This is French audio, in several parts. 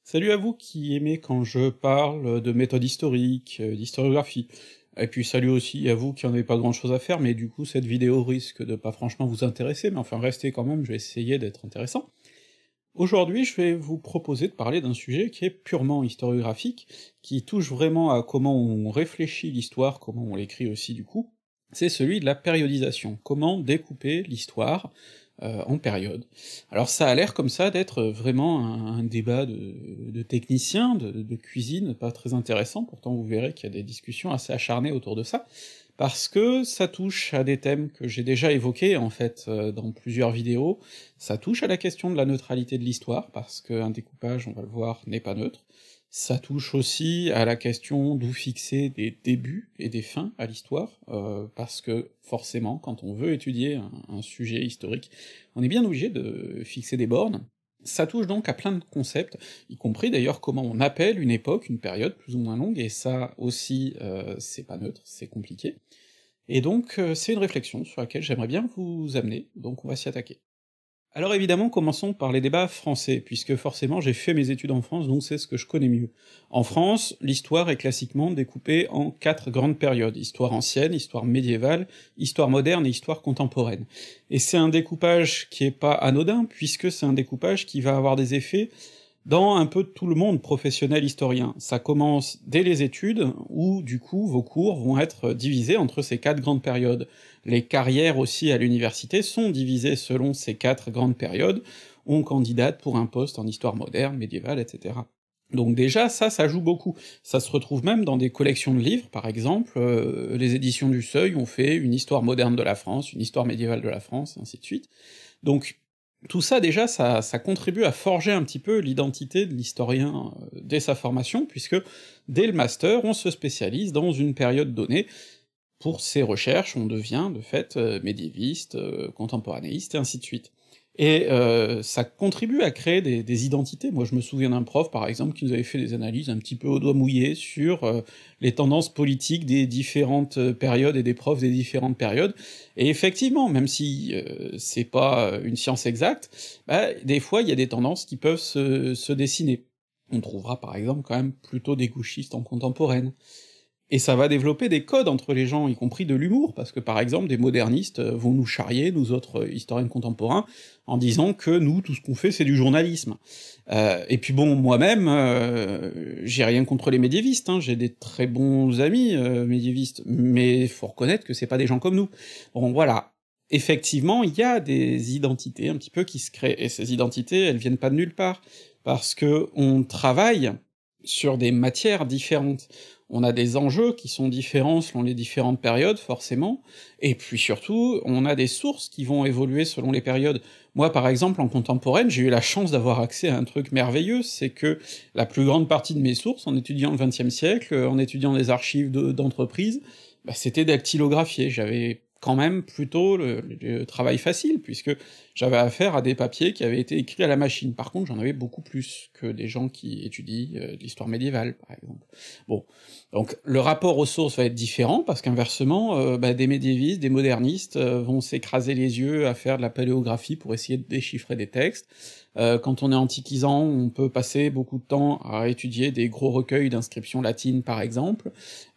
Salut à vous qui aimez quand je parle de méthode historique, d'historiographie. Et puis salut aussi à vous qui en avez pas grand-chose à faire, mais du coup cette vidéo risque de pas franchement vous intéresser, mais enfin restez quand même, je vais essayer d'être intéressant. Aujourd'hui, je vais vous proposer de parler d'un sujet qui est purement historiographique, qui touche vraiment à comment on réfléchit l'histoire, comment on l'écrit aussi du coup, c'est celui de la périodisation, comment découper l'histoire en périodes. Alors ça a l'air comme ça d'être vraiment un débat de techniciens, de cuisine, pas très intéressant, pourtant vous verrez qu'il y a des discussions assez acharnées autour de ça, parce que ça touche à des thèmes que j'ai déjà évoqués en fait dans plusieurs vidéos, ça touche à la question de la neutralité de l'histoire, parce qu'un découpage, on va le voir, n'est pas neutre, ça touche aussi à la question d'où fixer des débuts et des fins à l'histoire, parce que forcément, quand on veut étudier un sujet historique, on est bien obligé de fixer des bornes. Ça touche donc à plein de concepts, y compris d'ailleurs comment on appelle une époque, une période plus ou moins longue, et ça aussi, c'est pas neutre, c'est compliqué. Et donc c'est une réflexion sur laquelle j'aimerais bien vous amener, donc on va s'y attaquer. Alors évidemment, commençons par les débats français, puisque forcément j'ai fait mes études en France, donc c'est ce que je connais mieux. En France, l'histoire est classiquement découpée en quatre grandes périodes: histoire ancienne, histoire médiévale, histoire moderne et histoire contemporaine. Et c'est un découpage qui est pas anodin, puisque c'est un découpage qui va avoir des effets dans un peu tout le monde professionnel historien. Ça commence dès les études, où du coup vos cours vont être divisés entre ces quatre grandes périodes. Les carrières aussi à l'université sont divisées selon ces quatre grandes périodes, on candidate pour un poste en histoire moderne, médiévale, etc. Donc déjà, ça joue beaucoup. Ça se retrouve même dans des collections de livres, par exemple, les éditions du Seuil ont fait une histoire moderne de la France, une histoire médiévale de la France, et ainsi de suite. Donc tout ça déjà, ça contribue à forger un petit peu l'identité de l'historien dès sa formation, puisque dès le master, on se spécialise dans une période donnée. Pour ces recherches, on devient de fait médiéviste, contemporanéiste, et ainsi de suite. Et ça contribue à créer des identités. Moi je me souviens d'un prof par exemple qui nous avait fait des analyses un petit peu au doigt mouillé sur les tendances politiques des différentes périodes et des profs des différentes périodes, et effectivement, même si c'est pas une science exacte, bah, des fois il y a des tendances qui peuvent se dessiner. On trouvera par exemple quand même plutôt des gauchistes en contemporaine. Et ça va développer des codes entre les gens, y compris de l'humour, parce que par exemple des modernistes vont nous charrier, nous autres historiens contemporains, en disant que nous, tout ce qu'on fait, c'est du journalisme. Et puis bon, moi-même, j'ai rien contre les médiévistes, hein, j'ai des très bons amis médiévistes, mais faut reconnaître que c'est pas des gens comme nous. Bon voilà, effectivement, il y a des identités un petit peu qui se créent, et ces identités, elles viennent pas de nulle part, parce que on travaille sur des matières différentes. On a des enjeux qui sont différents selon les différentes périodes, forcément, et puis surtout, on a des sources qui vont évoluer selon les périodes. Moi, par exemple, en contemporaine, j'ai eu la chance d'avoir accès à un truc merveilleux, c'est que la plus grande partie de mes sources, en étudiant le XXe siècle, en étudiant les archives d'entreprises, bah, c'était dactylographié, j'avais quand même plutôt le travail facile, puisque j'avais affaire à des papiers qui avaient été écrits à la machine. Par contre, j'en avais beaucoup plus que des gens qui étudient de l'histoire médiévale, par exemple. Bon, donc le rapport aux sources va être différent, parce qu'inversement, bah, des médiévistes, des modernistes vont s'écraser les yeux à faire de la paléographie pour essayer de déchiffrer des textes. Quand on est antiquisant, on peut passer beaucoup de temps à étudier des gros recueils d'inscriptions latines, par exemple.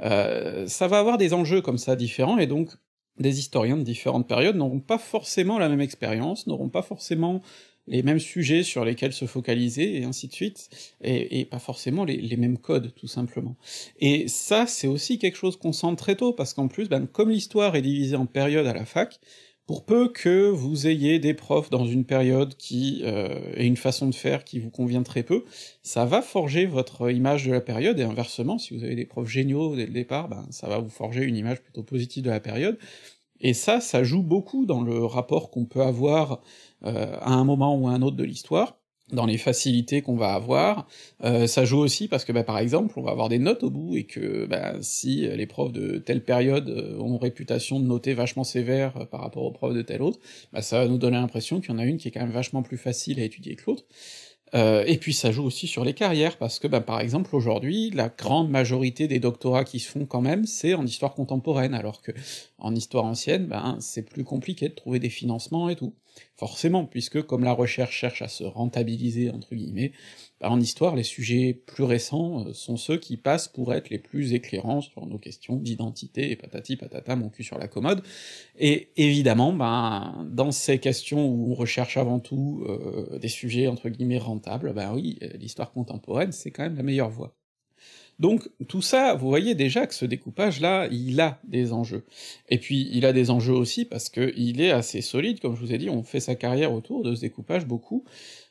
Ça va avoir des enjeux comme ça différents, et donc des historiens de différentes périodes n'auront pas forcément la même expérience, n'auront pas forcément les mêmes sujets sur lesquels se focaliser, et ainsi de suite, et pas forcément les mêmes codes, tout simplement. Et ça, c'est aussi quelque chose qu'on sent très tôt, parce qu'en plus, ben, comme l'histoire est divisée en périodes à la fac, pour peu que vous ayez des profs dans une période qui ait une façon de faire qui vous convient très peu, ça va forger votre image de la période, et inversement, si vous avez des profs géniaux dès le départ, ben ça va vous forger une image plutôt positive de la période, et ça joue beaucoup dans le rapport qu'on peut avoir à un moment ou à un autre de l'histoire, dans les facilités qu'on va avoir. Ça joue aussi parce que, bah, par exemple, on va avoir des notes au bout, et que, bah, si les profs de telle période ont réputation de noter vachement sévère par rapport aux profs de telle autre, bah ça va nous donner l'impression qu'il y en a une qui est quand même vachement plus facile à étudier que l'autre. Et puis ça joue aussi sur les carrières, parce que, bah, par exemple, aujourd'hui, la grande majorité des doctorats qui se font quand même, c'est en histoire contemporaine, alors que en histoire ancienne, ben, c'est plus compliqué de trouver des financements et tout. Forcément, puisque comme la recherche cherche à se «rentabiliser» entre guillemets, bah, en histoire, les sujets plus récents sont ceux qui passent pour être les plus éclairants sur nos questions d'identité, et patati patata, mon cul sur la commode, et évidemment, ben, dans ces questions où on recherche avant tout des sujets entre guillemets rentables, ben oui, l'histoire contemporaine, c'est quand même la meilleure voie. Donc tout ça, vous voyez déjà que ce découpage-là, il a des enjeux. Et puis il a des enjeux aussi parce que il est assez solide, comme je vous ai dit, on fait sa carrière autour de ce découpage beaucoup,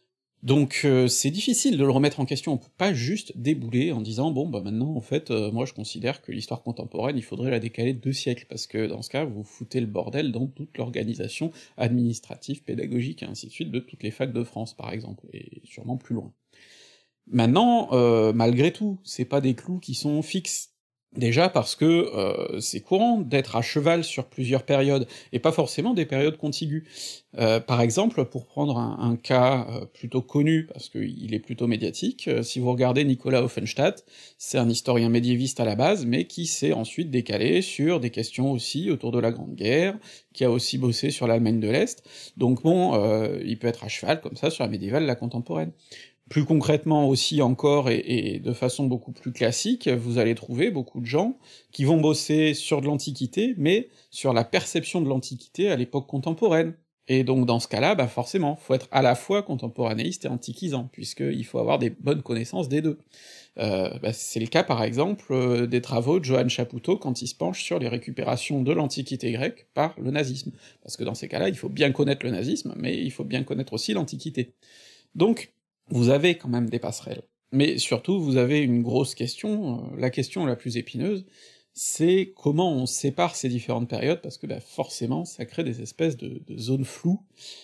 donc c'est difficile de le remettre en question, on peut pas juste débouler en disant: «Bon, bah, maintenant, en fait, moi je considère que l'histoire contemporaine, il faudrait la décaler de 2 siècles», parce que dans ce cas, vous foutez le bordel dans toute l'organisation administrative, pédagogique et ainsi de suite de toutes les facs de France, par exemple, et sûrement plus loin. Maintenant, malgré tout, c'est pas des clous qui sont fixes. Déjà parce que, c'est courant d'être à cheval sur plusieurs périodes, et pas forcément des périodes contiguës. Par exemple, pour prendre un cas, plutôt connu, parce qu'il est plutôt médiatique, si vous regardez Nicolas Offenstadt, c'est un historien médiéviste à la base, mais qui s'est ensuite décalé sur des questions aussi autour de la Grande Guerre, qui a aussi bossé sur l'Allemagne de l'Est, donc bon, il peut être à cheval comme ça sur la médiévale, la contemporaine. Plus concrètement aussi encore et de façon beaucoup plus classique, vous allez trouver beaucoup de gens qui vont bosser sur de l'Antiquité, mais sur la perception de l'Antiquité à l'époque contemporaine. Et donc dans ce cas-là, bah forcément, faut être à la fois contemporanéiste et antiquisant, puisqu'il faut avoir des bonnes connaissances des deux. Bah, c'est le cas par exemple des travaux de Johann Chapoutot quand il se penche sur les récupérations de l'Antiquité grecque par le nazisme. Parce que dans ces cas-là, il faut bien connaître le nazisme, mais il faut bien connaître aussi l'Antiquité. Donc, vous avez quand même des passerelles. Mais surtout, vous avez une grosse question, la question la plus épineuse, c'est comment on sépare ces différentes périodes, parce que bah, forcément, ça crée des espèces de zones floues,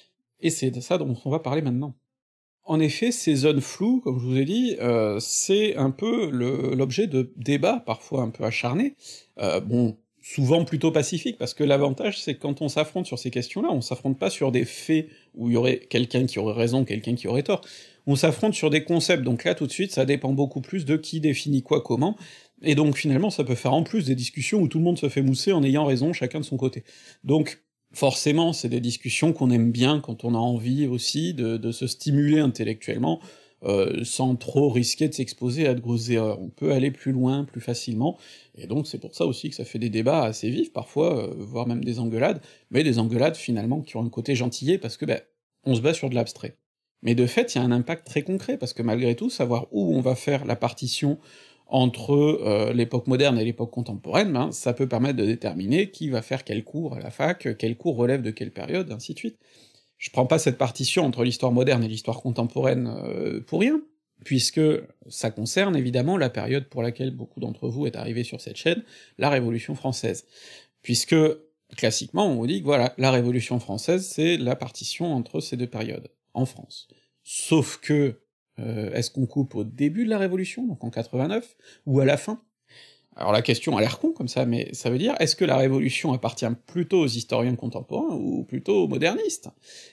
et c'est de ça dont on va parler maintenant. En effet, ces zones floues, comme je vous ai dit, c'est un peu l'objet de débats parfois un peu acharnés, bon, souvent plutôt pacifiques, parce que l'avantage c'est que quand on s'affronte sur ces questions-là, on s'affronte pas sur des faits où il y aurait quelqu'un qui aurait raison, quelqu'un qui aurait tort, on s'affronte sur des concepts, donc là tout de suite ça dépend beaucoup plus de qui définit quoi comment, et donc finalement ça peut faire en plus des discussions où tout le monde se fait mousser en ayant raison chacun de son côté. Donc forcément, c'est des discussions qu'on aime bien quand on a envie aussi de se stimuler intellectuellement, sans trop risquer de s'exposer à de grosses erreurs. On peut aller plus loin, plus facilement, et donc c'est pour ça aussi que ça fait des débats assez vifs parfois, voire même des engueulades, mais des engueulades finalement qui ont un côté gentillet parce que, bah, on se bat sur de l'abstrait. Mais de fait, il y a un impact très concret, parce que malgré tout, savoir où on va faire la partition entre l'époque moderne et l'époque contemporaine, ben, ça peut permettre de déterminer qui va faire quel cours à la fac, quel cours relève de quelle période, ainsi de suite. Je prends pas cette partition entre l'histoire moderne et l'histoire contemporaine pour rien, puisque ça concerne évidemment la période pour laquelle beaucoup d'entre vous êtes arrivés sur cette chaîne, la Révolution française. Puisque, classiquement, on vous dit que voilà, la Révolution française, c'est la partition entre ces deux périodes, en France. Sauf que, est-ce qu'on coupe au début de la Révolution, donc en 89, ou à la fin? Alors la question a l'air con comme ça, mais ça veut dire, est-ce que la Révolution appartient plutôt aux historiens contemporains ou plutôt aux modernistes?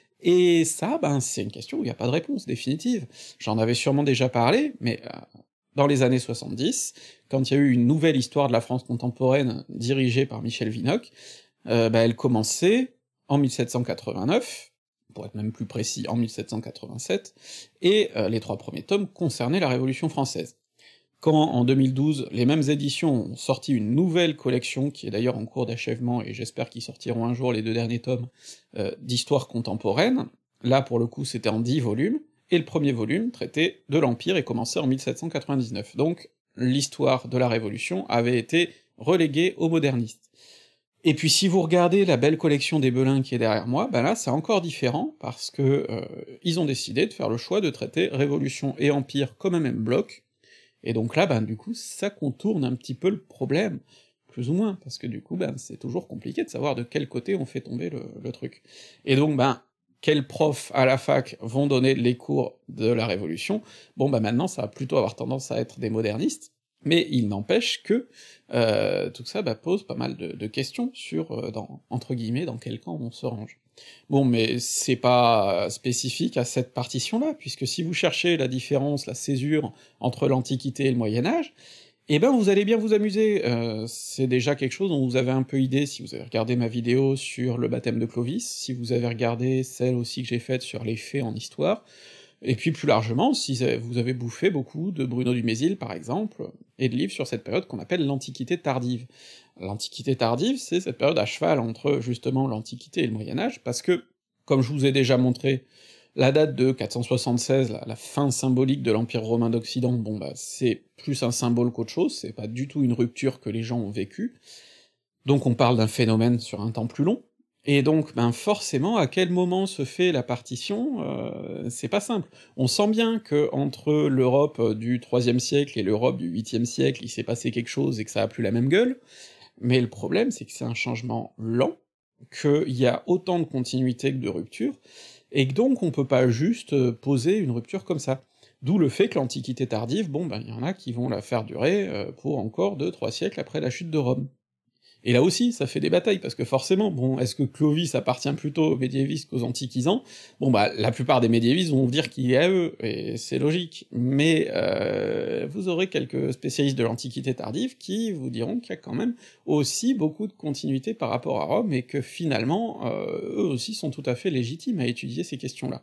Et ça, ben, c'est une question où il y a pas de réponse définitive. J'en avais sûrement déjà parlé, mais dans les années 70, quand il y a eu une nouvelle histoire de la France contemporaine dirigée par Michel Vinocq, bah, elle commençait en 1789, pour être même plus précis, en 1787, et les 3 premiers tomes concernaient la Révolution française. Quand, en 2012, les mêmes éditions ont sorti une nouvelle collection, qui est d'ailleurs en cours d'achèvement, et j'espère qu'ils sortiront un jour les 2 derniers tomes, d'histoire contemporaine, là pour le coup c'était en 10 volumes, et le premier volume traitait de l'Empire et commençait en 1799, donc l'histoire de la Révolution avait été reléguée aux modernistes. Et puis si vous regardez la belle collection des Belin qui est derrière moi, bah là c'est encore différent, parce que ils ont décidé de faire le choix de traiter Révolution et Empire comme un même bloc, et donc là, ben du coup, ça contourne un petit peu le problème, plus ou moins, parce que du coup, ben c'est toujours compliqué de savoir de quel côté on fait tomber le truc. Et donc, ben, quels profs à la fac vont donner les cours de la Révolution? Bon, ben maintenant, ça va plutôt avoir tendance à être des modernistes, mais il n'empêche que tout ça bah, pose pas mal de questions sur, entre guillemets, dans quel camp on se range. Bon, mais c'est pas spécifique à cette partition-là, puisque si vous cherchez la différence, la césure entre l'Antiquité et le Moyen Âge, eh ben vous allez bien vous amuser, c'est déjà quelque chose dont vous avez un peu idée si vous avez regardé ma vidéo sur le baptême de Clovis, si vous avez regardé celle aussi que j'ai faite sur les faits en histoire, Et puis plus largement, si vous avez bouffé beaucoup de Bruno Dumézil, par exemple, et de livres sur cette période qu'on appelle l'Antiquité tardive. L'Antiquité tardive, c'est cette période à cheval entre, justement, l'Antiquité et le Moyen-Âge, parce que, comme je vous ai déjà montré, la date de 476, la fin symbolique de l'Empire romain d'Occident, bon bah c'est plus un symbole qu'autre chose, c'est pas du tout une rupture que les gens ont vécue, donc on parle d'un phénomène sur un temps plus long, et donc, ben forcément, à quel moment se fait la partition, c'est pas simple. On sent bien que entre l'Europe du IIIe siècle et l'Europe du 8e siècle, il s'est passé quelque chose et que ça a plus la même gueule, mais le problème c'est que c'est un changement lent, qu'il y a autant de continuité que de rupture, et que donc on peut pas juste poser une rupture comme ça. D'où le fait que l'Antiquité tardive, bon ben il y en a qui vont la faire durer pour encore 2-3 siècles après la chute de Rome. Et là aussi, ça fait des batailles, parce que forcément, bon, est-ce que Clovis appartient plutôt aux médiévistes qu'aux antiquisants? Bon bah, la plupart des médiévistes vont vous dire qu'il est à eux, et c'est logique, mais vous aurez quelques spécialistes de l'Antiquité tardive qui vous diront qu'il y a quand même aussi beaucoup de continuité par rapport à Rome, et que finalement, eux aussi sont tout à fait légitimes à étudier ces questions-là.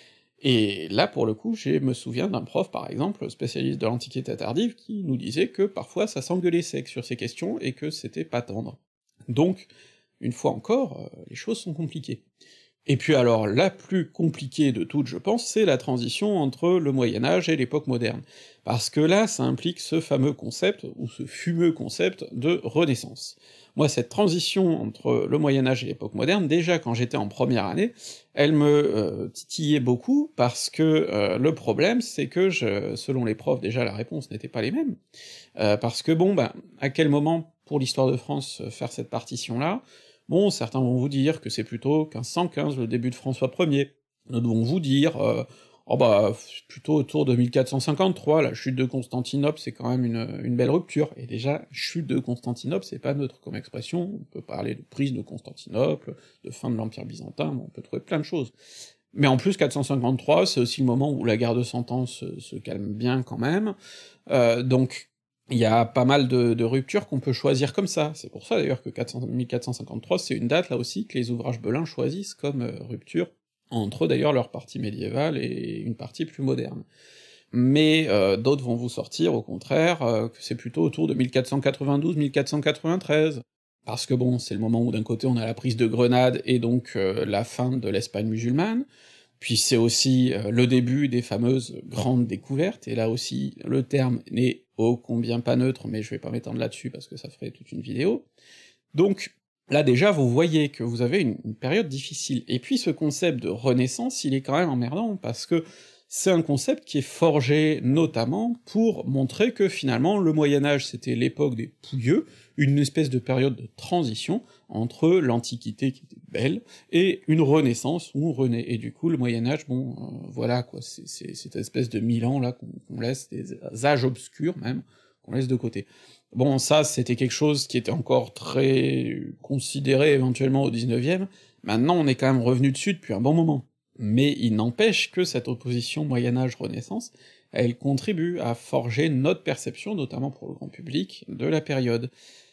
Et là, pour le coup, me souviens d'un prof, par exemple, spécialiste de l'Antiquité tardive, qui nous disait que parfois ça s'engueulait sec sur ces questions, et que c'était pas tendre. Donc, une fois encore, les choses sont compliquées. Et puis alors, la plus compliquée de toutes, je pense, c'est la transition entre le Moyen-Âge et l'époque moderne. Parce que là, ça implique ce fameux concept, ou ce fumeux concept de Renaissance. Moi, cette transition entre le Moyen-Âge et l'époque moderne, déjà quand j'étais en première année, elle me titillait beaucoup, parce que le problème, c'est que selon les profs, déjà la réponse n'était pas les mêmes, parce que bon, ben, à quel moment, pour l'histoire de France, faire cette partition-là? Bon, certains vont vous dire que c'est plutôt 1515, le début de François Ier, d'autres vont vous dire, oh bah, plutôt autour de 1453, la chute de Constantinople, c'est quand même une belle rupture, et déjà, chute de Constantinople, c'est pas neutre comme expression, on peut parler de prise de Constantinople, de fin de l'Empire byzantin, bon, on peut trouver plein de choses. Mais en plus, 453, c'est aussi le moment où la guerre de Cent Ans se calme bien quand même, donc il y a pas mal de ruptures qu'on peut choisir comme ça. C'est pour ça d'ailleurs que 1453, c'est une date là aussi que les ouvrages Belin choisissent comme rupture, entre d'ailleurs leur partie médiévale et une partie plus moderne. Mais d'autres vont vous sortir au contraire que c'est plutôt autour de 1492-1493, parce que bon, c'est le moment où d'un côté on a la prise de Grenade et donc la fin de l'Espagne musulmane, puis c'est aussi le début des fameuses grandes découvertes, et là aussi, le terme n'est ô combien pas neutre, mais je vais pas m'étendre là-dessus parce que ça ferait toute une vidéo. Donc, là déjà, vous voyez que vous avez une période difficile. Et puis ce concept de renaissance, il est quand même emmerdant, parce que c'est un concept qui est forgé notamment pour montrer que finalement le Moyen-Âge c'était l'époque des pouilleux, une espèce de période de transition entre l'Antiquité qui était belle, et une Renaissance où on renaît, et du coup le Moyen-Âge, bon, voilà quoi, c'est cette espèce de 1000 ans là qu'on laisse, des âges obscurs même, qu'on laisse de côté. Bon, ça c'était quelque chose qui était encore très considéré éventuellement au 19e, maintenant on est quand même revenu dessus depuis un bon moment. Mais il n'empêche que cette opposition Moyen-Âge-Renaissance, elle contribue à forger notre perception, notamment pour le grand public, de la période.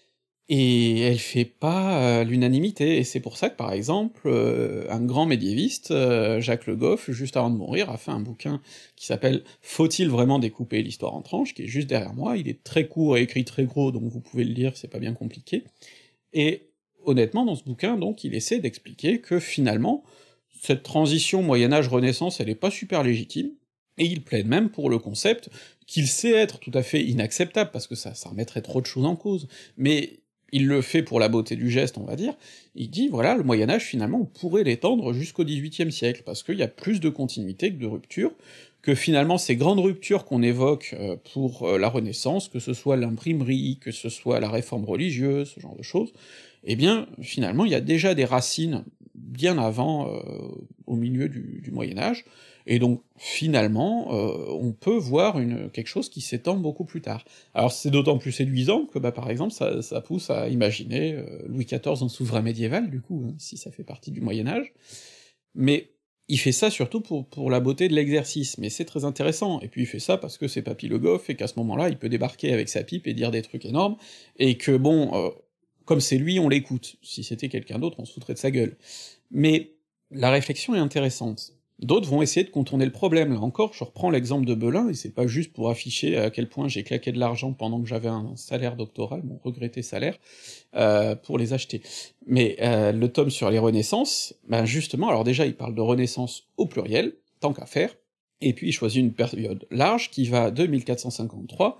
Et elle fait pas l'unanimité, et c'est pour ça que par exemple, un grand médiéviste, Jacques Le Goff, juste avant de mourir, a fait un bouquin qui s'appelle Faut-il vraiment découper l'histoire en tranches, qui est juste derrière moi, il est très court et écrit très gros, donc vous pouvez le lire, c'est pas bien compliqué, et honnêtement, dans ce bouquin, donc, il essaie d'expliquer que finalement, cette transition Moyen-Âge-Renaissance, elle est pas super légitime, et il plaide même pour le concept qu'il sait être tout à fait inacceptable, parce que ça remettrait trop de choses en cause, mais il le fait pour la beauté du geste, on va dire, il dit, voilà, le Moyen-Âge, finalement, on pourrait l'étendre jusqu'au XVIIIe siècle, parce qu'il y a plus de continuité que de rupture, que finalement ces grandes ruptures qu'on évoque pour la Renaissance, que ce soit l'imprimerie, que ce soit la réforme religieuse, ce genre de choses, eh bien, finalement, il y a déjà des racines bien avant, au milieu du Moyen-Âge, et donc, finalement, on peut voir quelque chose qui s'étend beaucoup plus tard. Alors c'est d'autant plus séduisant que, bah, par exemple, ça pousse à imaginer Louis XIV en souverain médiéval, du coup, hein, si ça fait partie du Moyen-Âge, mais il fait ça surtout pour la beauté de l'exercice, mais c'est très intéressant, et puis il fait ça parce que c'est Papy Le Goff, et qu'à ce moment-là, il peut débarquer avec sa pipe et dire des trucs énormes, et que bon, comme c'est lui, on l'écoute, si c'était quelqu'un d'autre, on se foutrait de sa gueule. Mais la réflexion est intéressante. D'autres vont essayer de contourner le problème, là encore, je reprends l'exemple de Belin, et c'est pas juste pour afficher à quel point j'ai claqué de l'argent pendant que j'avais un salaire doctoral, mon regretté salaire, pour les acheter. Mais le tome sur les renaissances, ben justement, alors déjà il parle de renaissance au pluriel, tant qu'à faire, et puis il choisit une période large qui va de 1453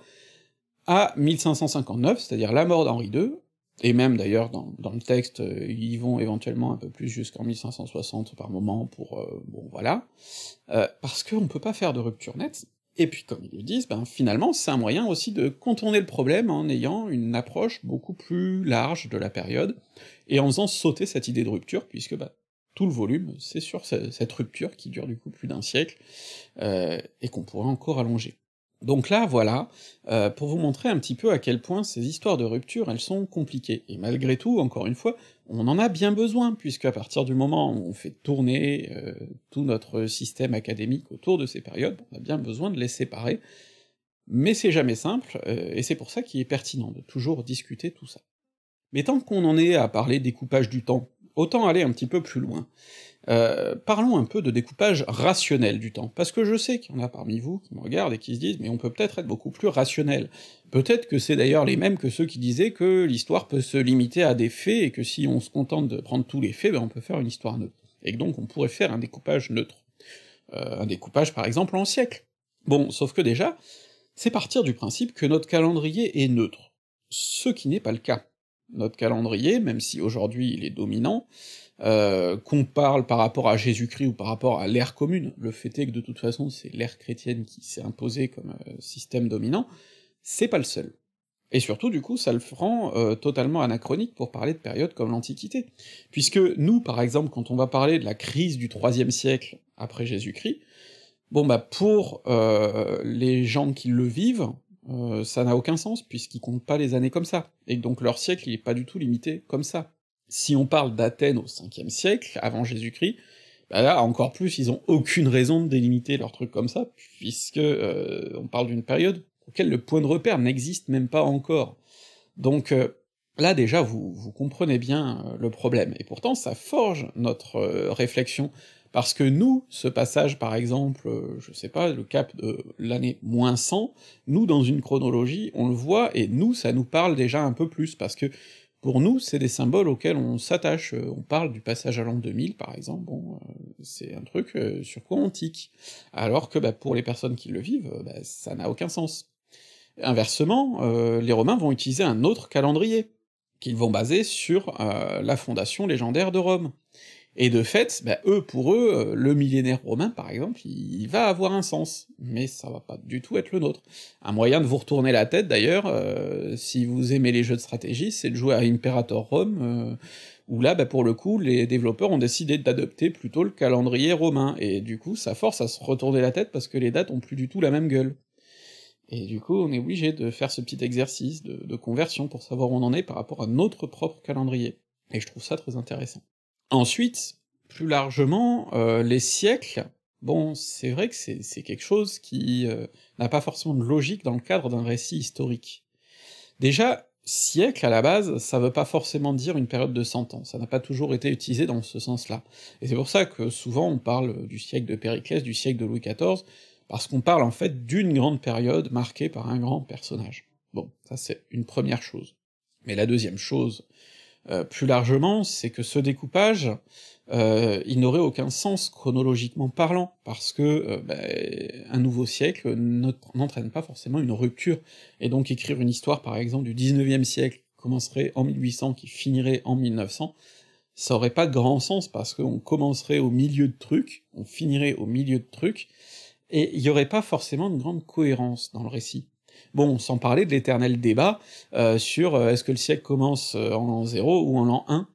à 1559, c'est-à-dire la mort d'Henri II, et même d'ailleurs dans le texte, ils vont éventuellement un peu plus jusqu'en 1560 par moment pour bon voilà, parce qu'on peut pas faire de rupture nette, et puis comme ils le disent, ben finalement c'est un moyen aussi de contourner le problème en ayant une approche beaucoup plus large de la période, et en faisant sauter cette idée de rupture, puisque bah tout le volume, c'est sur cette rupture qui dure du coup plus d'un siècle, et qu'on pourrait encore allonger. Donc là, voilà, pour vous montrer un petit peu à quel point ces histoires de rupture, elles sont compliquées. Et malgré tout, encore une fois, on en a bien besoin, puisque à partir du moment où on fait tourner tout notre système académique autour de ces périodes, on a bien besoin de les séparer, mais c'est jamais simple, et c'est pour ça qu'il est pertinent de toujours discuter tout ça. Mais tant qu'on en est à parler découpage du temps, autant aller un petit peu plus loin. Parlons un peu de découpage rationnel du temps, parce que je sais qu'il y en a parmi vous qui me regardent et qui se disent « mais on peut peut-être être beaucoup plus rationnel ». Peut-être que c'est d'ailleurs les mêmes que ceux qui disaient que l'histoire peut se limiter à des faits, et que si on se contente de prendre tous les faits, ben on peut faire une histoire neutre, et que donc on pourrait faire un découpage neutre. Un découpage par exemple en siècles. Bon, sauf que déjà, c'est partir du principe que notre calendrier est neutre, ce qui n'est pas le cas. Notre calendrier, même si aujourd'hui il est dominant, qu'on parle par rapport à Jésus-Christ ou par rapport à l'ère commune, le fait est que de toute façon c'est l'ère chrétienne qui s'est imposée comme système dominant, c'est pas le seul. Et surtout du coup ça le rend totalement anachronique pour parler de périodes comme l'Antiquité. Puisque nous, par exemple, quand on va parler de la crise du IIIe siècle après Jésus-Christ, bon bah pour les gens qui le vivent, ça n'a aucun sens, puisqu'ils comptent pas les années comme ça, et que donc leur siècle il est pas du tout limité comme ça. Si on parle d'Athènes au 5e siècle, avant Jésus-Christ, bah là, encore plus, ils ont aucune raison de délimiter leur truc comme ça, puisque on parle d'une période auquel le point de repère n'existe même pas encore. Donc là déjà, vous comprenez bien le problème, et pourtant ça forge notre réflexion, parce que nous, ce passage par exemple, je sais pas, le cap de l'année -100, nous dans une chronologie, on le voit, et nous, ça nous parle déjà un peu plus, parce que pour nous, c'est des symboles auxquels on s'attache, on parle du passage à l'an 2000 par exemple, bon, c'est un truc sur quoi on tique, alors que bah, pour les personnes qui le vivent, bah, ça n'a aucun sens. Inversement, les Romains vont utiliser un autre calendrier, qu'ils vont baser sur la fondation légendaire de Rome. Et de fait, bah, pour eux, le millénaire romain, par exemple, il va avoir un sens, mais ça va pas du tout être le nôtre. Un moyen de vous retourner la tête, d'ailleurs, si vous aimez les jeux de stratégie, c'est de jouer à Imperator Rome, où là, bah, pour le coup, les développeurs ont décidé d'adopter plutôt le calendrier romain, et du coup, ça force à se retourner la tête parce que les dates ont plus du tout la même gueule. Et du coup, on est obligé de faire ce petit exercice de conversion pour savoir où on en est par rapport à notre propre calendrier. Et je trouve ça très intéressant. Ensuite, plus largement, les siècles, bon, c'est vrai que c'est quelque chose qui n'a pas forcément de logique dans le cadre d'un récit historique. Déjà, siècle, à la base, ça veut pas forcément dire une période de 100 ans, ça n'a pas toujours été utilisé dans ce sens-là. Et c'est pour ça que souvent on parle du siècle de Périclès, du siècle de Louis XIV, parce qu'on parle en fait d'une grande période marquée par un grand personnage. Bon, ça c'est une première chose. Mais la deuxième chose, plus largement, c'est que ce découpage, il n'aurait aucun sens chronologiquement parlant, parce que un nouveau siècle n'entraîne pas forcément une rupture, et donc écrire une histoire par exemple du 19e siècle, qui commencerait en 1800, qui finirait en 1900, ça aurait pas grand sens, parce qu'on commencerait au milieu de trucs, on finirait au milieu de trucs, et il y aurait pas forcément une grande cohérence dans le récit. Bon, sans parler de l'éternel débat sur est-ce que le siècle commence en l'an 0 ou en l'an 1,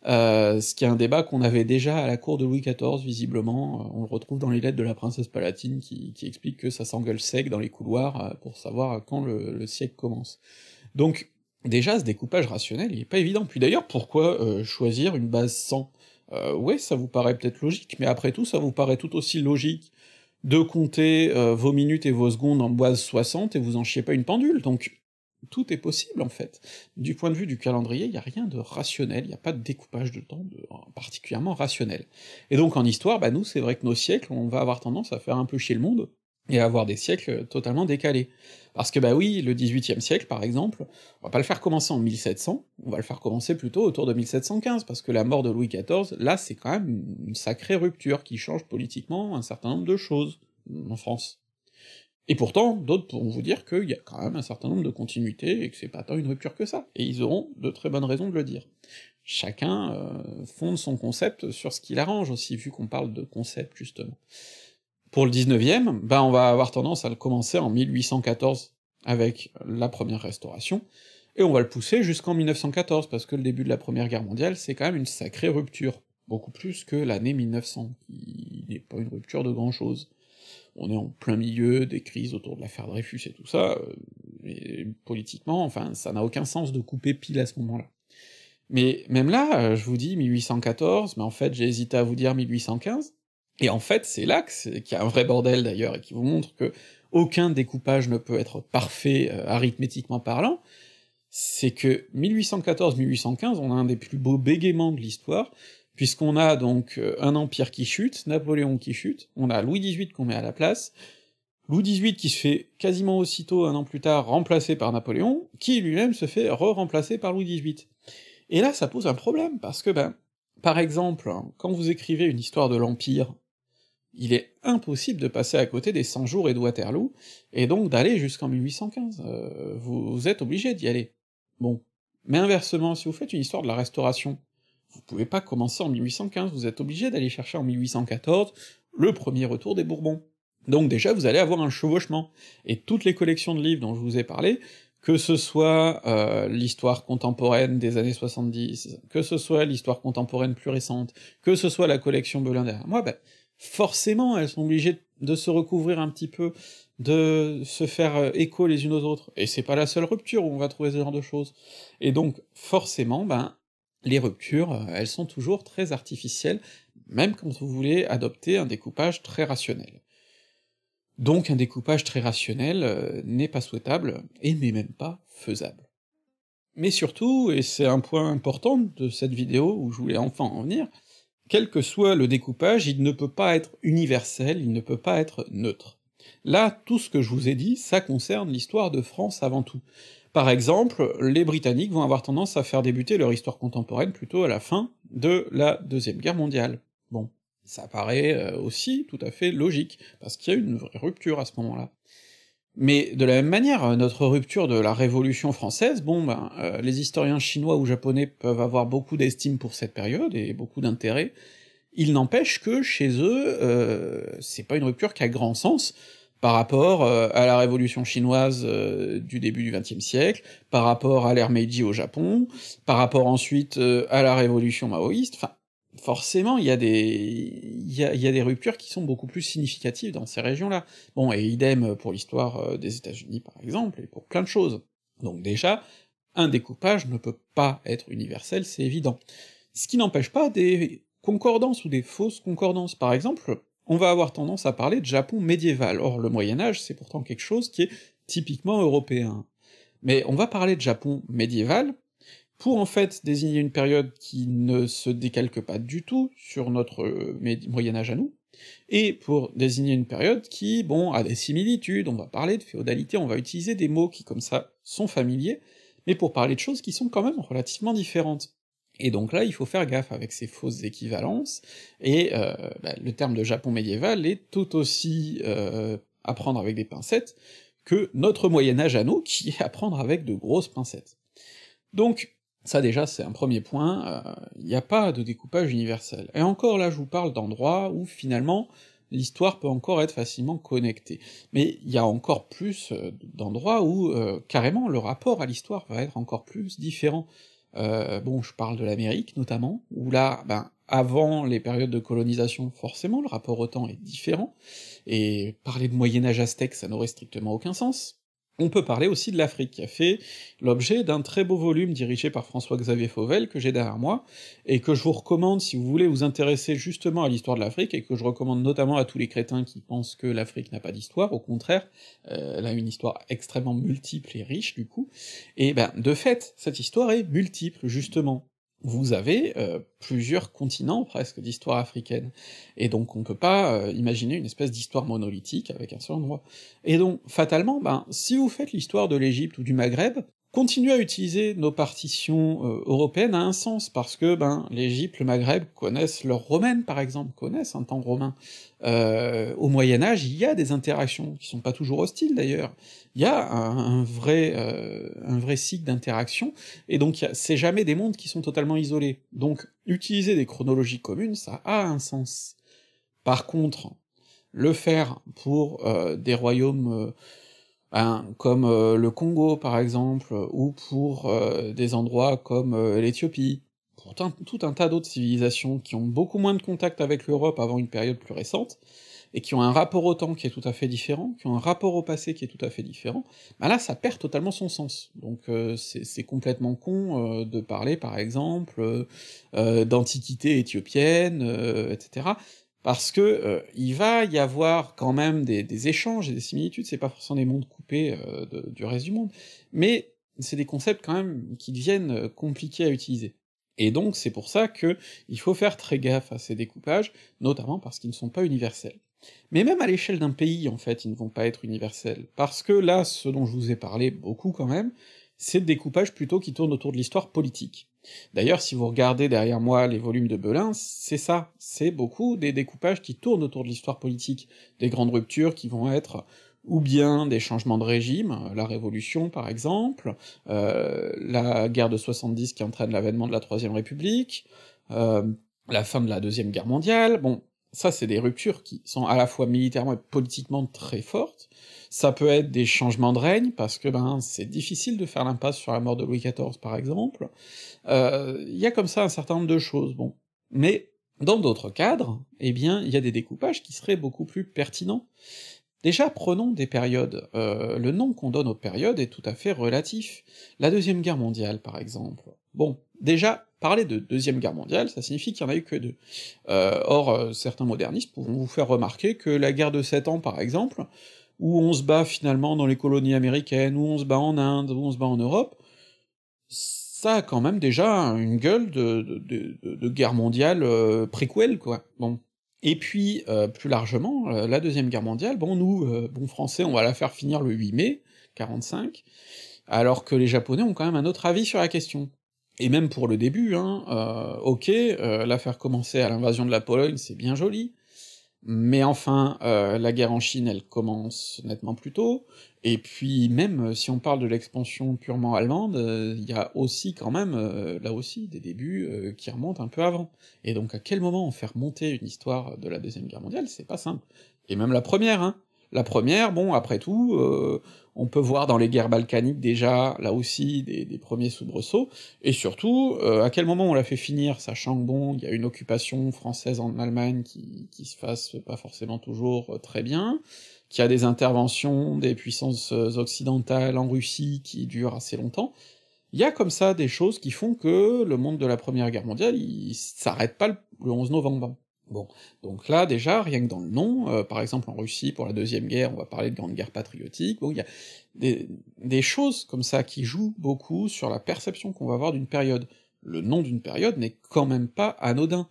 ce qui est un débat qu'on avait déjà à la cour de Louis XIV, visiblement, on le retrouve dans les lettres de la princesse Palatine qui explique que ça s'engueule sec dans les couloirs pour savoir quand le siècle commence. Donc, déjà, ce découpage rationnel, il est pas évident. Puis d'ailleurs, pourquoi choisir une base 100 ouais, ça vous paraît peut-être logique, mais après tout, ça vous paraît tout aussi logique de compter vos minutes et vos secondes en base 60 et vous en chiez pas une pendule, donc tout est possible en fait. Du point de vue du calendrier, il y a rien de rationnel, il y a pas de découpage de temps particulièrement rationnel. Et donc en histoire, bah nous, c'est vrai que nos siècles, on va avoir tendance à faire un peu chier le monde, et à avoir des siècles totalement décalés. Parce que bah oui, le XVIIIe siècle, par exemple, on va pas le faire commencer en 1700, on va le faire commencer plutôt autour de 1715, parce que la mort de Louis XIV, là, c'est quand même une sacrée rupture qui change politiquement un certain nombre de choses en France. Et pourtant, d'autres pourront vous dire qu'il y a quand même un certain nombre de continuités, et que c'est pas tant une rupture que ça, et ils auront de très bonnes raisons de le dire. Chacun fonde son concept sur ce qui l'arrange aussi, vu qu'on parle de concept, justement. Pour le 19e, ben on va avoir tendance à le commencer en 1814, avec la première restauration, et on va le pousser jusqu'en 1914, parce que le début de la Première Guerre mondiale, c'est quand même une sacrée rupture, beaucoup plus que l'année 1900, qui n'est pas une rupture de grand-chose. On est en plein milieu des crises autour de l'affaire Dreyfus et tout ça, et politiquement, enfin, ça n'a aucun sens de couper pile à ce moment-là. Mais même là, je vous dis 1814, mais en fait j'ai hésité à vous dire 1815, et en fait c'est là que qu'il y a un vrai bordel d'ailleurs, et qui vous montre que aucun découpage ne peut être parfait arithmétiquement parlant, c'est que 1814-1815, on a un des plus beaux bégaiements de l'histoire, puisqu'on a donc un empire qui chute, Napoléon qui chute, on a Louis XVIII qu'on met à la place, Louis XVIII qui se fait quasiment aussitôt, un an plus tard, remplacé par Napoléon, qui lui-même se fait re-remplacer par Louis XVIII. Et là, ça pose un problème, parce que, ben, par exemple, hein, quand vous écrivez une histoire de l'Empire, il est impossible de passer à côté des 100 jours et de Waterloo, et donc d'aller jusqu'en 1815, vous êtes obligé d'y aller. Bon. Mais inversement, si vous faites une histoire de la Restauration, vous pouvez pas commencer en 1815, vous êtes obligé d'aller chercher en 1814 le premier retour des Bourbons. Donc déjà, vous allez avoir un chevauchement, et toutes les collections de livres dont je vous ai parlé, que ce soit l'histoire contemporaine des années 70, que ce soit l'histoire contemporaine plus récente, que ce soit la collection Belin derrière moi, ben, forcément elles sont obligées de se recouvrir un petit peu, de se faire écho les unes aux autres, et c'est pas la seule rupture où on va trouver ce genre de choses. Et donc, forcément, ben, les ruptures, elles sont toujours très artificielles, même quand vous voulez adopter un découpage très rationnel. Donc un découpage très rationnel n'est pas souhaitable, et n'est même pas faisable. Mais surtout, et c'est un point important de cette vidéo où je voulais enfin en venir, quel que soit le découpage, il ne peut pas être universel, il ne peut pas être neutre. Là, tout ce que je vous ai dit, ça concerne l'histoire de France avant tout. Par exemple, les Britanniques vont avoir tendance à faire débuter leur histoire contemporaine plutôt à la fin de la Deuxième Guerre mondiale. Bon, ça paraît aussi tout à fait logique, parce qu'il y a une vraie rupture à ce moment-là. Mais de la même manière, notre rupture de la Révolution française, bon ben, les historiens chinois ou japonais peuvent avoir beaucoup d'estime pour cette période, et beaucoup d'intérêt, il n'empêche que, chez eux, c'est pas une rupture qui a grand sens, par rapport à la révolution chinoise du début du XXe siècle, par rapport à l'ère Meiji au Japon, par rapport ensuite à la révolution maoïste, enfin, forcément, il y a des ruptures qui sont beaucoup plus significatives dans ces régions-là. Bon, et idem pour l'histoire des États-Unis, par exemple, et pour plein de choses. Donc déjà, un découpage ne peut pas être universel, c'est évident. Ce qui n'empêche pas des concordances ou des fausses concordances. Par exemple, on va avoir tendance à parler de Japon médiéval, or le Moyen-Âge, c'est pourtant quelque chose qui est typiquement européen. Mais on va parler de Japon médiéval, pour en fait désigner une période qui ne se décalque pas du tout sur notre Moyen-Âge à nous, et pour désigner une période qui, bon, a des similitudes, on va parler de féodalité, on va utiliser des mots qui comme ça sont familiers, mais pour parler de choses qui sont quand même relativement différentes. Et donc là, il faut faire gaffe avec ces fausses équivalences, et le terme de Japon médiéval est tout aussi à prendre avec des pincettes que notre Moyen-Âge à nous, qui est à prendre avec de grosses pincettes. Donc, ça déjà c'est un premier point, il n'y a pas de découpage universel. Et encore là je vous parle d'endroits où finalement l'histoire peut encore être facilement connectée. Mais il y a encore plus d'endroits où carrément le rapport à l'histoire va être encore plus différent. Bon, je parle de l'Amérique notamment, où là, ben, avant les périodes de colonisation, forcément le rapport au temps est différent, et parler de Moyen-Âge aztèque ça n'aurait strictement aucun sens. On peut parler aussi de l'Afrique, qui a fait l'objet d'un très beau volume dirigé par François-Xavier Fauvel, que j'ai derrière moi, et que je vous recommande si vous voulez vous intéresser justement à l'histoire de l'Afrique, et que je recommande notamment à tous les crétins qui pensent que l'Afrique n'a pas d'histoire, au contraire, elle a une histoire extrêmement multiple et riche du coup, et ben de fait, cette histoire est multiple, justement. Vous avez plusieurs continents presque d'histoire africaine, et donc on peut pas imaginer une espèce d'histoire monolithique avec un seul endroit. Et donc, fatalement, ben, si vous faites l'histoire de l'Égypte ou du Maghreb, continuez à utiliser nos partitions européennes a un sens, parce que, ben, l'Égypte, le Maghreb connaissent l'heure romaine, par exemple, connaissent un temps romain. Au Moyen-Âge, il y a des interactions, qui sont pas toujours hostiles d'ailleurs, il y a un vrai cycle d'interaction, et donc c'est jamais des mondes qui sont totalement isolés. Donc, utiliser des chronologies communes, ça a un sens. Par contre, le faire pour des royaumes comme le Congo par exemple, ou pour des endroits comme l'Éthiopie, pour tout un tas d'autres civilisations qui ont beaucoup moins de contact avec l'Europe avant une période plus récente, et qui ont un rapport au temps qui est tout à fait différent, qui ont un rapport au passé qui est tout à fait différent, bah là ça perd totalement son sens. Donc c'est complètement con de parler par exemple d'antiquité éthiopienne, etc. Parce que il va y avoir quand même des échanges et des similitudes, c'est pas forcément des mondes coupés du reste du monde, mais c'est des concepts quand même qui deviennent compliqués à utiliser. Et donc c'est pour ça que il faut faire très gaffe à ces découpages, notamment parce qu'ils ne sont pas universels. Mais même à l'échelle d'un pays, en fait, ils ne vont pas être universels, parce que là, ce dont je vous ai parlé beaucoup quand même, c'est de découpage plutôt qui tourne autour de l'histoire politique. D'ailleurs, si vous regardez derrière moi les volumes de Belin, c'est ça, c'est beaucoup des découpages qui tournent autour de l'histoire politique, des grandes ruptures qui vont être ou bien des changements de régime, la Révolution par exemple, la guerre de 70 qui entraîne l'avènement de la Troisième République, euh, la fin de la Deuxième Guerre mondiale, bon, ça c'est des ruptures qui sont à la fois militairement et politiquement très fortes, ça peut être des changements de règne, parce que ben c'est difficile de faire l'impasse sur la mort de Louis XIV par exemple, il y a comme ça un certain nombre de choses, bon. Mais dans d'autres cadres, eh bien, il y a des découpages qui seraient beaucoup plus pertinents. Déjà, prenons des périodes. Le nom qu'on donne aux périodes est tout à fait relatif. La Deuxième Guerre mondiale, par exemple. Bon, déjà, parler de Deuxième Guerre mondiale, ça signifie qu'il y en a eu que deux. Or, certains modernistes pourront vous faire remarquer que la guerre de 7 ans, par exemple, où on se bat finalement dans les colonies américaines, où on se bat en Inde, où on se bat en Europe, ça a quand même déjà une gueule de guerre mondiale préquelle, quoi. Bon. Et puis, plus largement, la Deuxième Guerre mondiale, bon, nous, bons Français, on va la faire finir le 8 mai 45, alors que les Japonais ont quand même un autre avis sur la question. Et même pour le début, hein, ok, la faire commencer à l'invasion de la Pologne, c'est bien joli, mais enfin, la guerre en Chine, elle commence nettement plus tôt, et puis même si on parle de l'expansion purement allemande, il y a aussi quand même, là aussi, des débuts qui remontent un peu avant. Et donc à quel moment en faire monter une histoire de la Deuxième Guerre mondiale, c'est pas simple. Et même la première, hein. La première, bon, après tout, on peut voir dans les guerres balkaniques déjà, là aussi, des premiers soubresauts, et surtout, à quel moment on l'a fait finir, sachant que bon, il y a une occupation française en Allemagne qui se fasse pas forcément toujours très bien, qu'il y a des interventions des puissances occidentales en Russie qui durent assez longtemps, il y a comme ça des choses qui font que le monde de la Première Guerre mondiale, il s'arrête pas le 11 novembre. Bon, donc là déjà, rien que dans le nom, par exemple en Russie, pour la Deuxième Guerre, on va parler de Grande Guerre patriotique, bon, il y a des choses comme ça qui jouent beaucoup sur la perception qu'on va avoir d'une période. Le nom d'une période n'est quand même pas anodin.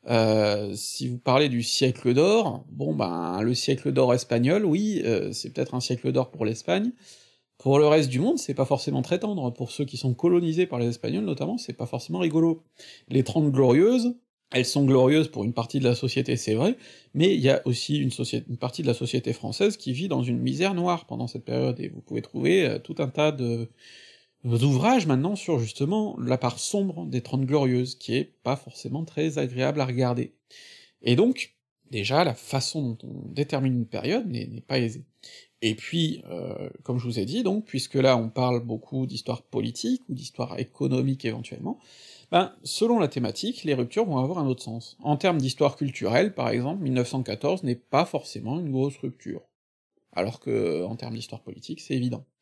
Si vous parlez du siècle d'or, bon ben, le siècle d'or espagnol, oui, c'est peut-être un siècle d'or pour l'Espagne, pour le reste du monde, c'est pas forcément très tendre, pour ceux qui sont colonisés par les Espagnols notamment, c'est pas forcément rigolo. Les Trente Glorieuses, elles sont glorieuses pour une partie de la société, c'est vrai, mais il y a aussi une partie de la société française qui vit dans une misère noire pendant cette période, et vous pouvez trouver tout un tas d'ouvrages maintenant sur justement la part sombre des Trente Glorieuses, qui est pas forcément très agréable à regarder. Et donc, déjà, la façon dont on détermine une période n'est pas aisée. Et puis, comme je vous ai dit, donc, puisque là on parle beaucoup d'histoire politique, ou d'histoire économique éventuellement, ben, selon la thématique, les ruptures vont avoir un autre sens. En termes d'histoire culturelle, par exemple, 1914 n'est pas forcément une grosse rupture, alors que, en termes d'histoire politique, c'est évident.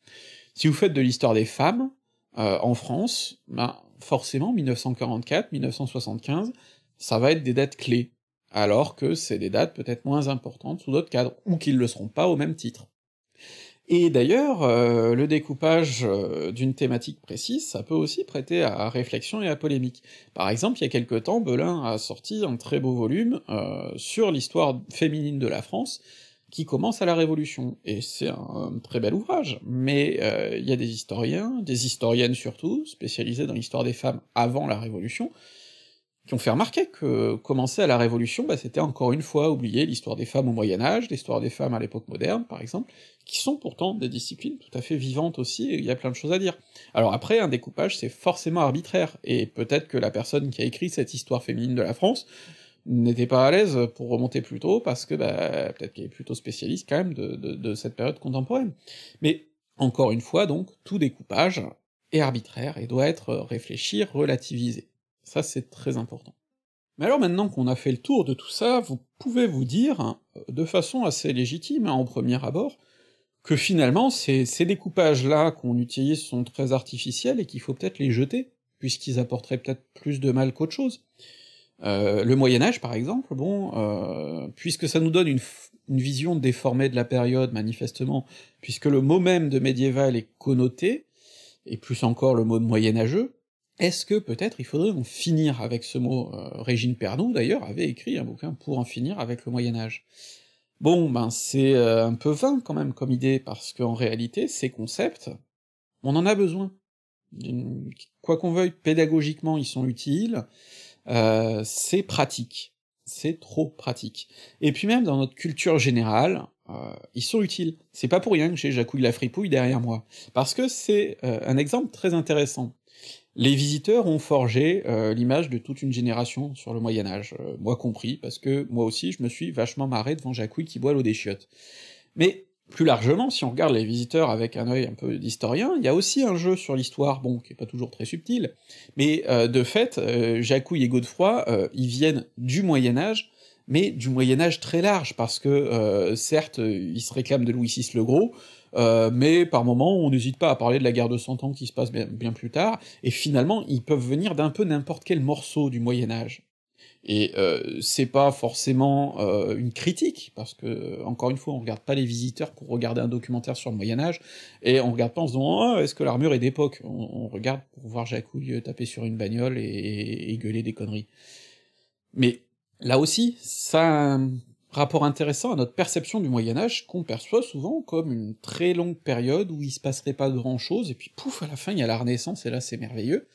Si vous faites de l'histoire des femmes, en France, ben, forcément 1944, 1975, ça va être des dates clés, alors que c'est des dates peut-être moins importantes sous d'autres cadres, ou qu'ils le seront pas au même titre. Et d'ailleurs, le découpage d'une thématique précise, ça peut aussi prêter à réflexion et à polémique. Par exemple, il y a quelque temps, Belin a sorti un très beau volume sur l'histoire féminine de la France, qui commence à la Révolution, et c'est un très bel ouvrage, mais il y a des historiens, des historiennes surtout, spécialisés dans l'histoire des femmes avant la Révolution, qui ont fait remarquer que commencer à la Révolution, bah, c'était encore une fois oublier l'histoire des femmes au Moyen-Âge, l'histoire des femmes à l'époque moderne, par exemple, qui sont pourtant des disciplines tout à fait vivantes aussi, et il y a plein de choses à dire. Alors après, un découpage, c'est forcément arbitraire, et peut-être que la personne qui a écrit cette histoire féminine de la France n'était pas à l'aise pour remonter plus tôt, parce que, bah, peut-être qu'elle est plutôt spécialiste quand même de cette période contemporaine. Mais, encore une fois, donc, tout découpage est arbitraire, et doit être réfléchi, relativisé. Ça, c'est très important. Mais alors maintenant qu'on a fait le tour de tout ça, vous pouvez vous dire, hein, de façon assez légitime, hein, en premier abord, que finalement, ces découpages-là qu'on utilise sont très artificiels et qu'il faut peut-être les jeter, puisqu'ils apporteraient peut-être plus de mal qu'autre chose. Le Moyen-Âge, par exemple, bon, puisque ça nous donne une vision déformée de la période, manifestement, puisque le mot même de médiéval est connoté, et plus encore le mot de moyenâgeux, est-ce que peut-être il faudrait en finir avec ce mot? Régine Pernoud, d'ailleurs, avait écrit un bouquin pour en finir avec le Moyen-Âge. Bon, ben c'est un peu vain quand même comme idée, parce qu'en réalité, ces concepts, on en a besoin. Quoi qu'on veuille, pédagogiquement ils sont utiles, c'est pratique. C'est trop pratique. Et puis même dans notre culture générale, ils sont utiles. C'est pas pour rien que j'ai Jacouille la fripouille derrière moi, parce que c'est un exemple très intéressant. Les visiteurs ont forgé l'image de toute une génération sur le Moyen-Âge, moi compris, parce que moi aussi je me suis vachement marré devant Jacouille qui boit l'eau des chiottes. Mais plus largement, si on regarde les visiteurs avec un œil un peu d'historien, il y a aussi un jeu sur l'histoire, bon, qui est pas toujours très subtil, mais de fait, Jacouille et Godefroy, ils viennent du Moyen-Âge, mais du Moyen-Âge très large, parce que, certes, ils se réclament de Louis VI le Gros, mais par moments, on n'hésite pas à parler de la guerre de Cent Ans qui se passe bien plus tard, et finalement, ils peuvent venir d'un peu n'importe quel morceau du Moyen-Âge. Et c'est pas forcément une critique, parce que, encore une fois, on regarde pas les visiteurs pour regarder un documentaire sur le Moyen-Âge, et on regarde pas en se disant « Ah, est-ce que l'armure est d'époque ?» On regarde pour voir Jacouille taper sur une bagnole et gueuler des conneries. Mais là aussi, ça a un rapport intéressant à notre perception du Moyen-Âge, qu'on perçoit souvent comme une très longue période où il se passerait pas grand-chose, et puis pouf, à la fin il y a la Renaissance, et là c'est merveilleux.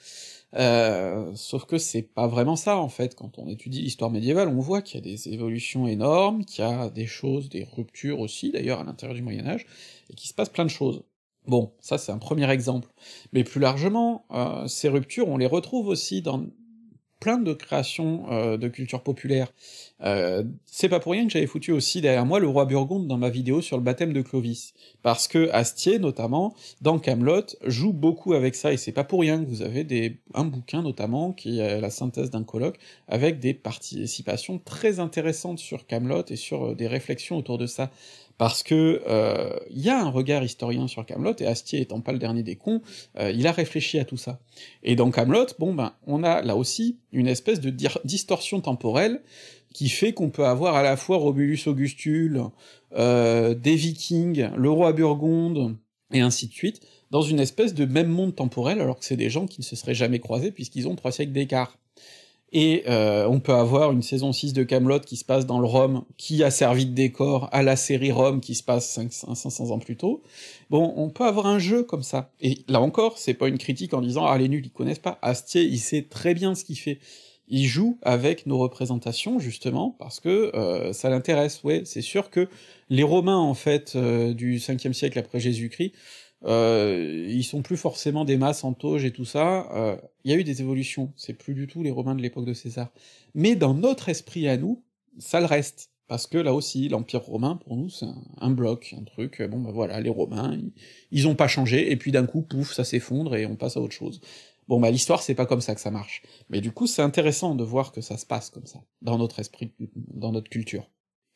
Sauf que c'est pas vraiment ça, en fait. Quand on étudie l'histoire médiévale, on voit qu'il y a des évolutions énormes, qu'il y a des choses, des ruptures aussi, d'ailleurs, à l'intérieur du Moyen-Âge, et qu'il se passe plein de choses. Bon, ça c'est un premier exemple. Mais plus largement, ces ruptures, on les retrouve aussi dans plein de créations de culture populaire. C'est pas pour rien que j'avais foutu aussi derrière moi le roi Burgonde dans ma vidéo sur le baptême de Clovis, parce que Astier, notamment, dans Camelot, joue beaucoup avec ça, et c'est pas pour rien que vous avez un bouquin notamment, qui est la synthèse d'un colloque, avec des participations très intéressantes sur Camelot et sur des réflexions autour de ça. Parce que il y a un regard historien sur Camelot, et Astier étant pas le dernier des cons, il a réfléchi à tout ça. Et dans Camelot, bon ben, on a là aussi une espèce de distorsion temporelle qui fait qu'on peut avoir à la fois Romulus Augustule, des Vikings, le roi Burgonde, et ainsi de suite, dans une espèce de même monde temporel, alors que c'est des gens qui ne se seraient jamais croisés puisqu'ils ont 3 siècles d'écart. Et on peut avoir une saison 6 de Camelot qui se passe dans le Rome, qui a servi de décor à la série Rome qui se passe 500 ans plus tôt. Bon, on peut avoir un jeu comme ça. Et là encore, c'est pas une critique en disant « Ah, les nuls, ils connaissent pas ». Astier, il sait très bien ce qu'il fait. Il joue avec nos représentations, justement, parce que ça l'intéresse. Ouais, c'est sûr que les Romains, en fait, du 5e siècle après Jésus-Christ, ils sont plus forcément des masses en toge et tout ça, il y a eu des évolutions, c'est plus du tout les Romains de l'époque de César. Mais dans notre esprit à nous, ça le reste, parce que là aussi, l'Empire romain, pour nous, c'est un bloc, un truc, bon bah voilà, les Romains, ils ont pas changé, et puis d'un coup, pouf, ça s'effondre, et on passe à autre chose. Bon bah l'histoire, c'est pas comme ça que ça marche. Mais du coup, c'est intéressant de voir que ça se passe comme ça, dans notre esprit, dans notre culture.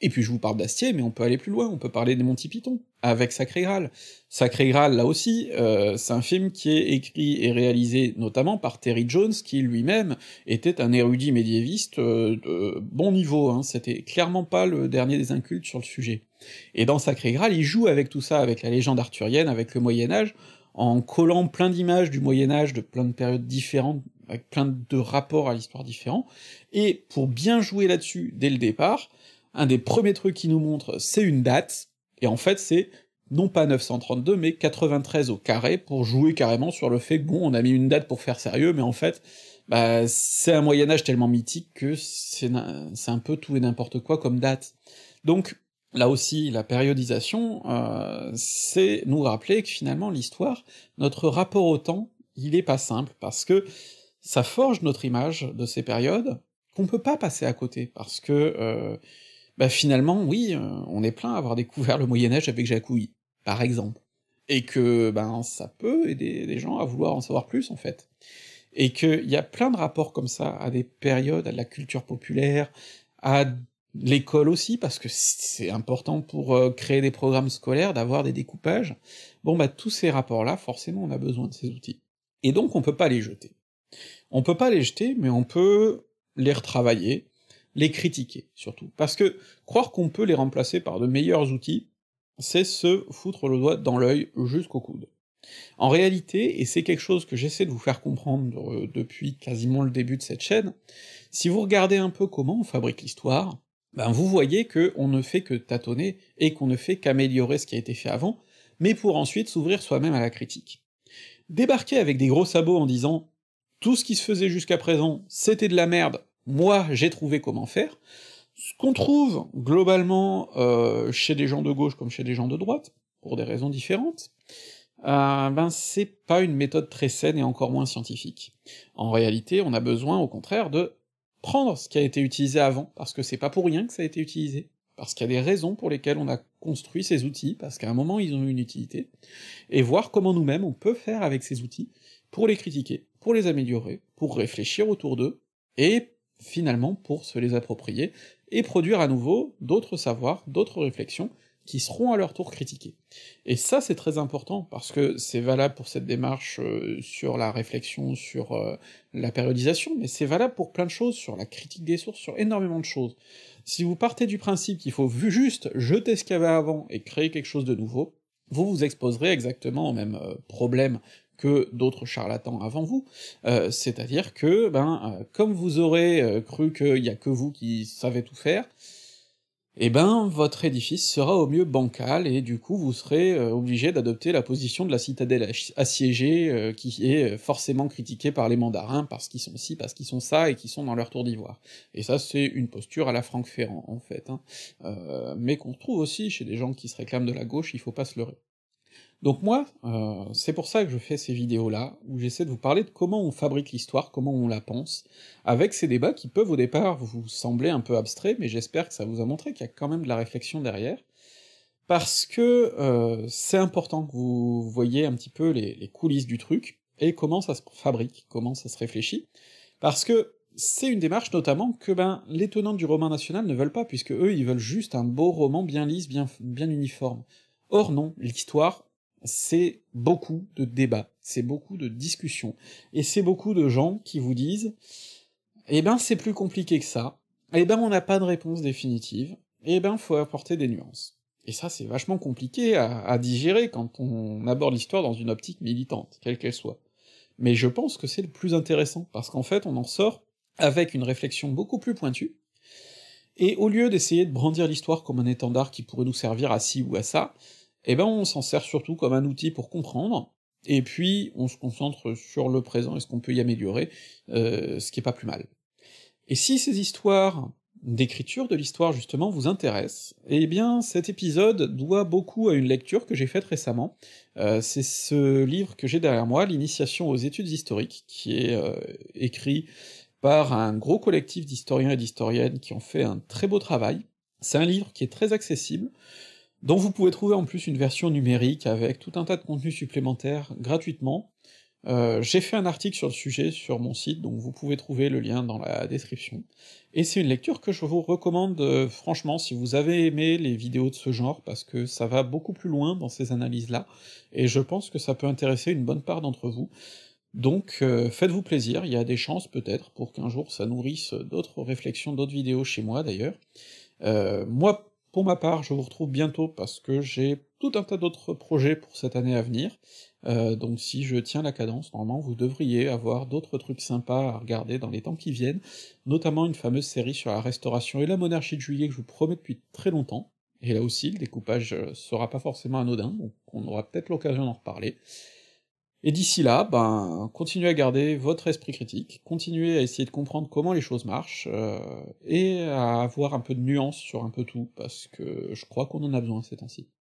Et puis je vous parle d'Astier, mais on peut aller plus loin, on peut parler des Monty Python, avec Sacré Graal. Sacré Graal, là aussi, c'est un film qui est écrit et réalisé notamment par Terry Jones, qui lui-même était un érudit médiéviste de bon niveau, hein, c'était clairement pas le dernier des incultes sur le sujet. Et dans Sacré Graal, il joue avec tout ça, avec la légende arthurienne, avec le Moyen-Âge, en collant plein d'images du Moyen-Âge, de plein de périodes différentes, avec plein de rapports à l'histoire différents, et pour bien jouer là-dessus dès le départ, un des premiers trucs qu'il nous montre, c'est une date, et en fait c'est non pas 932, mais 93 au carré, pour jouer carrément sur le fait que bon, on a mis une date pour faire sérieux, mais en fait, bah, c'est un Moyen-Âge tellement mythique que c'est un peu tout et n'importe quoi comme date. Donc, là aussi, la périodisation, c'est nous rappeler que finalement l'histoire, notre rapport au temps, il est pas simple, parce que ça forge notre image de ces périodes, qu'on peut pas passer à côté, parce que, bah finalement, oui, on est plein à avoir découvert le Moyen-Âge avec Jacouille, par exemple. Et que, ben, ça peut aider les gens à vouloir en savoir plus, en fait. Et qu'il y a plein de rapports comme ça, à des périodes, à de la culture populaire, à l'école aussi, parce que c'est important pour créer des programmes scolaires, d'avoir des découpages. Bon bah tous ces rapports-là, forcément on a besoin de ces outils. Et donc on peut pas les jeter. On peut pas les jeter, mais on peut les retravailler, les critiquer, surtout. Parce que croire qu'on peut les remplacer par de meilleurs outils, c'est se foutre le doigt dans l'œil jusqu'au coude. En réalité, et c'est quelque chose que j'essaie de vous faire comprendre depuis quasiment le début de cette chaîne, si vous regardez un peu comment on fabrique l'histoire, ben vous voyez que on ne fait que tâtonner, et qu'on ne fait qu'améliorer ce qui a été fait avant, mais pour ensuite s'ouvrir soi-même à la critique. Débarquer avec des gros sabots en disant tout ce qui se faisait jusqu'à présent, c'était de la merde, moi j'ai trouvé comment faire, ce qu'on trouve globalement chez des gens de gauche comme chez des gens de droite, pour des raisons différentes, ben c'est pas une méthode très saine et encore moins scientifique. En réalité, on a besoin au contraire de prendre ce qui a été utilisé avant, parce que c'est pas pour rien que ça a été utilisé, parce qu'il y a des raisons pour lesquelles on a construit ces outils, parce qu'à un moment ils ont eu une utilité, et voir comment nous-mêmes on peut faire avec ces outils pour les critiquer, pour les améliorer, pour réfléchir autour d'eux, et finalement pour se les approprier, et produire à nouveau d'autres savoirs, d'autres réflexions, qui seront à leur tour critiqués. Et ça c'est très important, parce que c'est valable pour cette démarche sur la réflexion, sur la périodisation, mais c'est valable pour plein de choses, sur la critique des sources, sur énormément de choses. Si vous partez du principe qu'il faut juste jeter ce qu'il y avait avant et créer quelque chose de nouveau, vous vous exposerez exactement au même problème que d'autres charlatans avant vous, c'est-à-dire que, comme vous aurez cru qu'il y a que vous qui savez tout faire, eh ben, votre édifice sera au mieux bancal, et du coup vous serez obligé d'adopter la position de la citadelle assiégée, qui est forcément critiquée par les mandarins, parce qu'ils sont ci, parce qu'ils sont ça, et qu'ils sont dans leur tour d'ivoire. Et ça c'est une posture à la Franck Ferrand, en fait, hein, mais qu'on trouve aussi chez des gens qui se réclament de la gauche, il faut pas se leurrer. Donc moi, c'est pour ça que je fais ces vidéos-là, où j'essaie de vous parler de comment on fabrique l'histoire, comment on la pense, avec ces débats qui peuvent au départ vous sembler un peu abstraits, mais j'espère que ça vous a montré qu'il y a quand même de la réflexion derrière, parce que c'est important que vous voyez un petit peu les coulisses du truc, et comment ça se fabrique, comment ça se réfléchit, parce que c'est une démarche notamment que les tenants du roman national ne veulent pas, puisque eux ils veulent juste un beau roman bien lisse, bien uniforme. Or non, l'histoire, c'est beaucoup de débats, c'est beaucoup de discussions, et c'est beaucoup de gens qui vous disent eh ben c'est plus compliqué que ça, eh ben on n'a pas de réponse définitive, eh ben faut apporter des nuances. Et ça c'est vachement compliqué à digérer quand on aborde l'histoire dans une optique militante, quelle qu'elle soit. Mais je pense que c'est le plus intéressant, parce qu'en fait on en sort avec une réflexion beaucoup plus pointue, et au lieu d'essayer de brandir l'histoire comme un étendard qui pourrait nous servir à ci ou à ça, eh ben on s'en sert surtout comme un outil pour comprendre, et puis on se concentre sur le présent et ce qu'on peut y améliorer, ce qui est pas plus mal. Et si ces histoires d'écriture de l'histoire justement vous intéressent, eh bien cet épisode doit beaucoup à une lecture que j'ai faite récemment, c'est ce livre que j'ai derrière moi, L'initiation aux études historiques, qui est écrit par un gros collectif d'historiens et d'historiennes qui ont fait un très beau travail. C'est un livre qui est très accessible, dont vous pouvez trouver en plus une version numérique avec tout un tas de contenus supplémentaires gratuitement, J'ai fait un article sur le sujet sur mon site, donc vous pouvez trouver le lien dans la description, et c'est une lecture que je vous recommande, franchement, si vous avez aimé les vidéos de ce genre, parce que ça va beaucoup plus loin dans ces analyses-là, et je pense que ça peut intéresser une bonne part d'entre vous. Donc faites-vous plaisir, il y a des chances peut-être pour qu'un jour ça nourrisse d'autres réflexions, d'autres vidéos chez moi d'ailleurs. Moi, pour ma part, je vous retrouve bientôt parce que j'ai tout un tas d'autres projets pour cette année à venir, donc si je tiens la cadence, normalement vous devriez avoir d'autres trucs sympas à regarder dans les temps qui viennent, notamment une fameuse série sur la Restauration et la Monarchie de Juillet que je vous promets depuis très longtemps, et là aussi le découpage sera pas forcément anodin, donc on aura peut-être l'occasion d'en reparler. Et d'ici là, ben, continuez à garder votre esprit critique, continuez à essayer de comprendre comment les choses marchent, et à avoir un peu de nuance sur un peu tout, parce que je crois qu'on en a besoin ces temps-ci.